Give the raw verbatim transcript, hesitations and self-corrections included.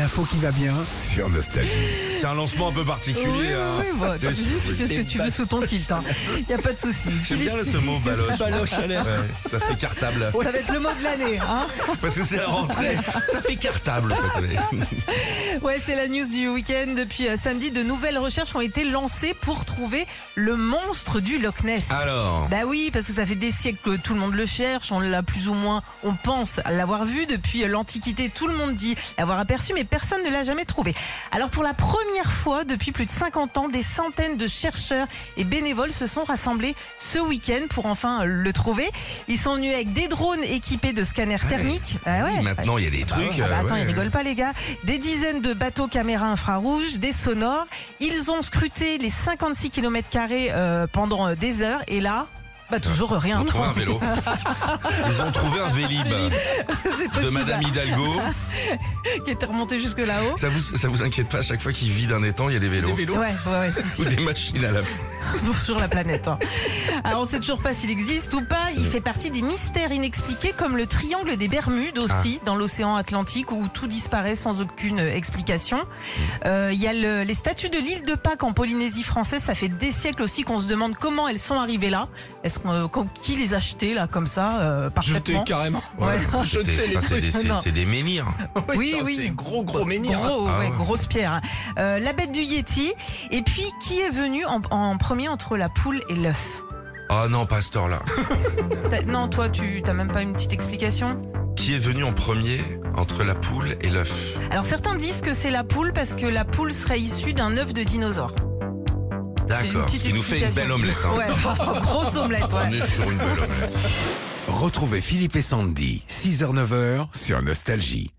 L'info qui va bien sur Nostalgie. C'est un lancement un peu particulier. Oui, hein. oui, oui, bah, tu, tu fais ce que tu veux sous ton kilt. Il n'y a pas de souci. J'aime bien ce mot baloche. Baloche à l'air. Ouais, ça fait cartable. Ça va être le mot de l'année. Hein Parce que c'est la rentrée. Ça fait cartable cette année. ouais, c'est la news du week-end. Depuis euh, samedi, de nouvelles recherches ont été lancées pour trouver le monstre du Loch Ness. Alors, Bah oui, parce que ça fait des siècles que tout le monde le cherche, on l'a plus ou moins, on pense l'avoir vu depuis l'Antiquité, tout le monde dit l'avoir aperçu, mais personne ne l'a jamais trouvé. Alors pour la première fois depuis plus de cinquante ans, des centaines de chercheurs et bénévoles se sont rassemblés ce week-end pour enfin le trouver. Ils sont venus avec des drones équipés de scanners Ouais. thermiques. Ah ouais. maintenant il y a des trucs. Ah bah euh, attends, ouais. ils rigolent pas les gars. Des dizaines de bateaux caméras infrarouges, des sonores. Ils ont scruté les cinquante-six kilomètres carrés euh, pendant euh, des heures et là, bah toujours Ils rien. ont trouvé un vélo. Ils ont trouvé un Vélib C'est de possible. Madame Hidalgo. Qui était remonté jusque là-haut. Ça vous, ça vous inquiète pas, à chaque fois qu'il vide un étang, il y a des vélos. Des vélos. Ouais, ouais, ouais, si, si. Ou des machines à laver. Bonjour la planète. hein. Alors on sait toujours pas s'il existe ou pas. Il fait partie des mystères inexpliqués comme le triangle des Bermudes aussi, dans l'océan Atlantique où tout disparaît sans aucune explication. Euh, Il y a le- les statues de l'île de Pâques en Polynésie française. Ça fait des siècles aussi qu'on se demande comment elles sont arrivées là. Est-ce qu'on, euh, qu'on- qui les a achetées là comme ça euh, Jeté parfaitement carrément. Ouais. Jeté C'était- les enfin, c'est des, c'est- Non. c'est des menhirs. Oui, ça, oui. C'est gros gros menhir. Gros, Ah ouais, ouais. grosse pierre. hein. Euh, la bête du Yéti. Et puis, qui est venu en, en premier entre la poule et l'œuf? Oh non, pas à cette heure-là. T'as- Non, toi, tu t'as même pas une petite explication? Qui est venu en premier entre la poule et l'œuf? Alors, certains disent que c'est la poule parce que la poule serait issue d'un œuf de dinosaure. C'est une D'accord. Ce petite qui nous fait une explication. belle omelette. hein. Ouais, grosse omelette, On ouais. est sur une belle omelette. Retrouvez Philippe et Sandy, six heures neuf heures sur Nostalgie.